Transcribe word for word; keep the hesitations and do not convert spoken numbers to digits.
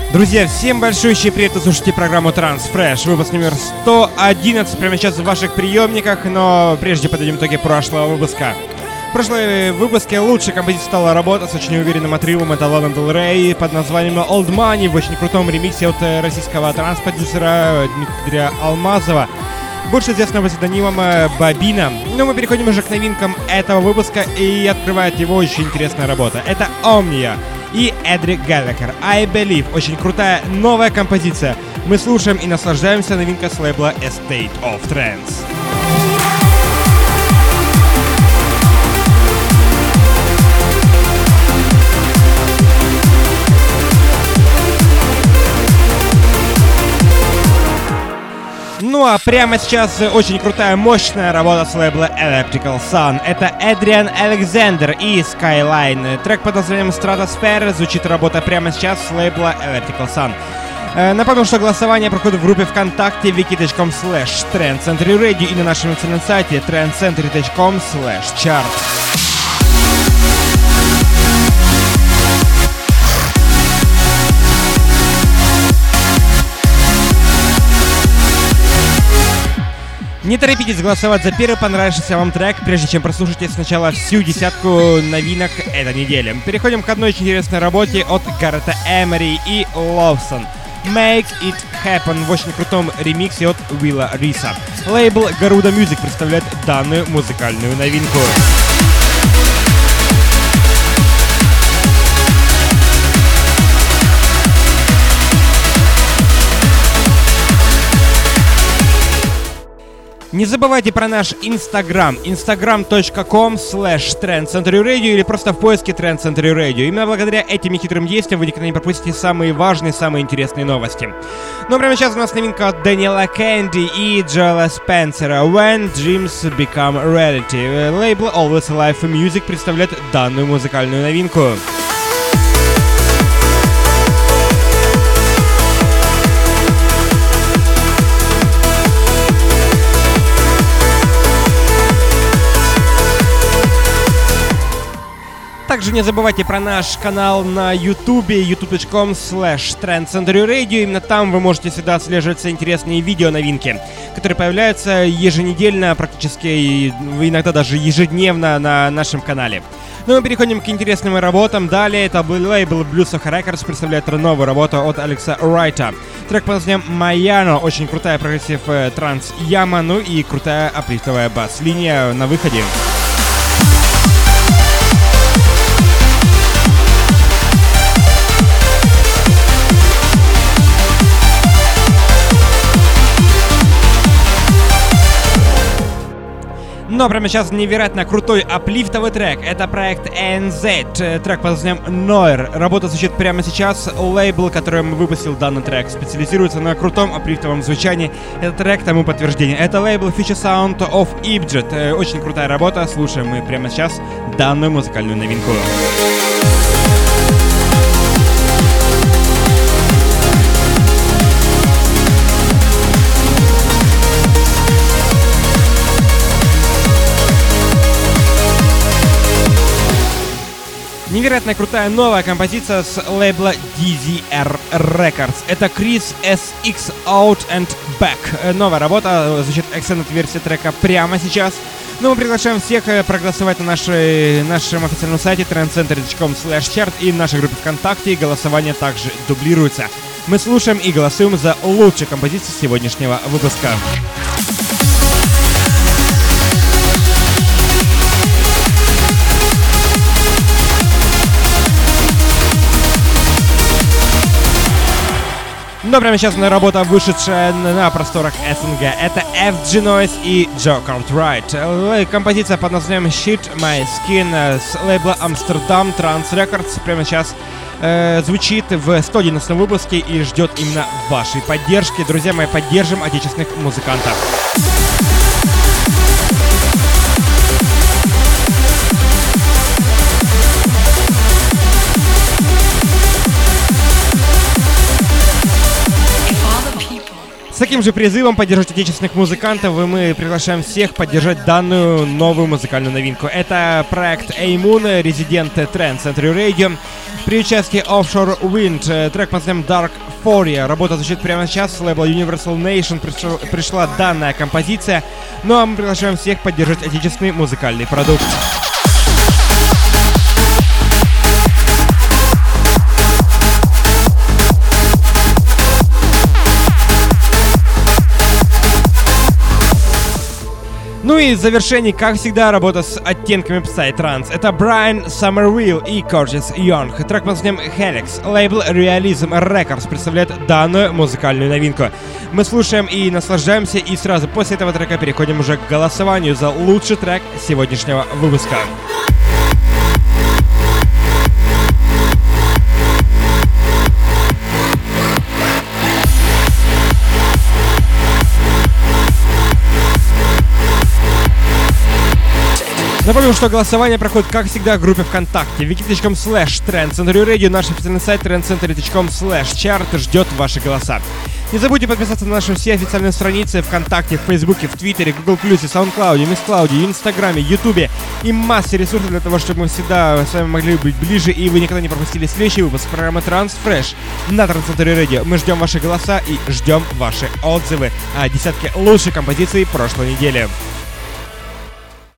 Друзья, всем большущий привет, вы слушаете программу Transfresh, выпуск номер сто одиннадцать, прямо сейчас в ваших приемниках, но прежде подведем итоги прошлого выпуска. В прошлом выпуске лучшей композицией стала работа с очень уверенным отрывом от Ланы Дель Рей под названием Old Money в очень крутом ремиксе от российского транс-продюсера Дмитрия Алмазова, больше известного псевдонимом Бобина. Но мы переходим уже к новинкам этого выпуска, и открывает его очень интересная работа. Это Omnia и Эдри Галлахер. I Believe. Очень крутая новая композиция. Мы слушаем и наслаждаемся новинкой с лейбла A State of Trance. Ну а прямо сейчас очень крутая, мощная работа с лейбла Electrical Sun. Это Эдриан Александр и Skyline. Трек под названием Stratosphere. Звучит работа прямо сейчас с лейбла Electrical Sun. Э, напомню, что голосование проходит в группе ВКонтакте wiki точка com slash trend century radio и на нашем официальном сайте trend century точка com slash chart. Не торопитесь голосовать за первый понравившийся вам трек, прежде чем прослушайте сначала всю десятку новинок этой недели. Переходим к одной очень интересной работе от Гаррета Эмери и Lawson. Make It Happen в очень крутом ремиксе от Уилла Риса. Лейбл Garuda Music представляет данную музыкальную новинку. Не забывайте про наш инстаграм, instagram точка com slash trend century radio или просто в поиске Trend Century Radio. Именно благодаря этим хитрым действиям вы никогда не пропустите самые важные, самые интересные новости. Ну а прямо сейчас у нас новинка от Дэниела Кэнди и Джоэла Спенсера When Dreams Become Reality. Лейбл Always Alive Music представляет данную музыкальную новинку. Также не забывайте про наш канал на YouTube, youtube точка com slash trend century radio. Именно там вы можете всегда отслеживать интересные видео-новинки, которые появляются еженедельно, практически иногда даже ежедневно на нашем канале. Ну мы переходим к интересным работам. Далее это лейбл Blues of Records представляет новую работу от Алекса Райта. Трек под названием Майано. Очень крутая прогрессив транс-яма, ну и крутая аплифтовая бас-линия на выходе. Но прямо сейчас невероятно крутой аплифтовый трек. Это проект эн зет. Трек под названием Noir. Работа звучит прямо сейчас. Лейбл, которым выпустил данный трек, специализируется на крутом аплифтовом звучании. Этот трек тому подтверждение. Это лейбл Future Sound of Egypt. Очень крутая работа. Слушаем мы прямо сейчас данную музыкальную новинку. Невероятно крутая новая композиция с лейбла ди зет ар Records. Это Chris эс икс Out and Back. Новая работа, звучит extended версия трека прямо сейчас. Но мы приглашаем всех проголосовать на нашей, нашем официальном сайте trend century точка com slash chart и в нашей группе ВКонтакте. Голосование также дублируется. Мы слушаем и голосуем за лучшие композиции сегодняшнего выпуска. Но прямо сейчас на работа, вышедшая на просторах эс эн гэ. Это эф джи Noise и Joe Cartwright. Композиция под названием Shit My Skin с лейбла Amsterdam Trance Records прямо сейчас э, звучит в сто одиннадцатом выпуске и ждет именно вашей поддержки. Друзья мои, поддержим отечественных музыкантов. С таким же призывом поддержать отечественных музыкантов, и мы приглашаем всех поддержать данную новую музыкальную новинку. Это проект A-Moon, резидент Trend Century Radio. При участии Offshore Wind трек под названием Dark Foria. Работа звучит прямо сейчас. С лейбла Universal Nation пришла, пришла данная композиция. Ну а мы приглашаем всех поддержать отечественный музыкальный продукт. Ну и в завершении, как всегда, работа с оттенками Psytrance. Это Брайан Somerville и Curtis Young. Трек под названием Helix. Лейбл Realism Records представляет данную музыкальную новинку. Мы слушаем и наслаждаемся, и сразу после этого трека переходим уже к голосованию за лучший трек сегодняшнего выпуска. Напомню, что голосование проходит, как всегда, в группе ВКонтакте wiki.com slash trendcenterradio, наш официальный сайт trendcenterradio.com slash chart ждет ваши голоса. Не забудьте подписаться на наши все официальные страницы ВКонтакте, в Фейсбуке, в Твиттере, Google Плюсе, Саундклауде, Мисклауде, Инстаграме, Ютубе и массе ресурсов для того, чтобы мы всегда с вами могли быть ближе и вы никогда не пропустили следующий выпуск программы Transfresh на Trend Center Radio. Мы ждем ваши голоса и ждем ваши отзывы о десятке лучших композиций прошлой недели.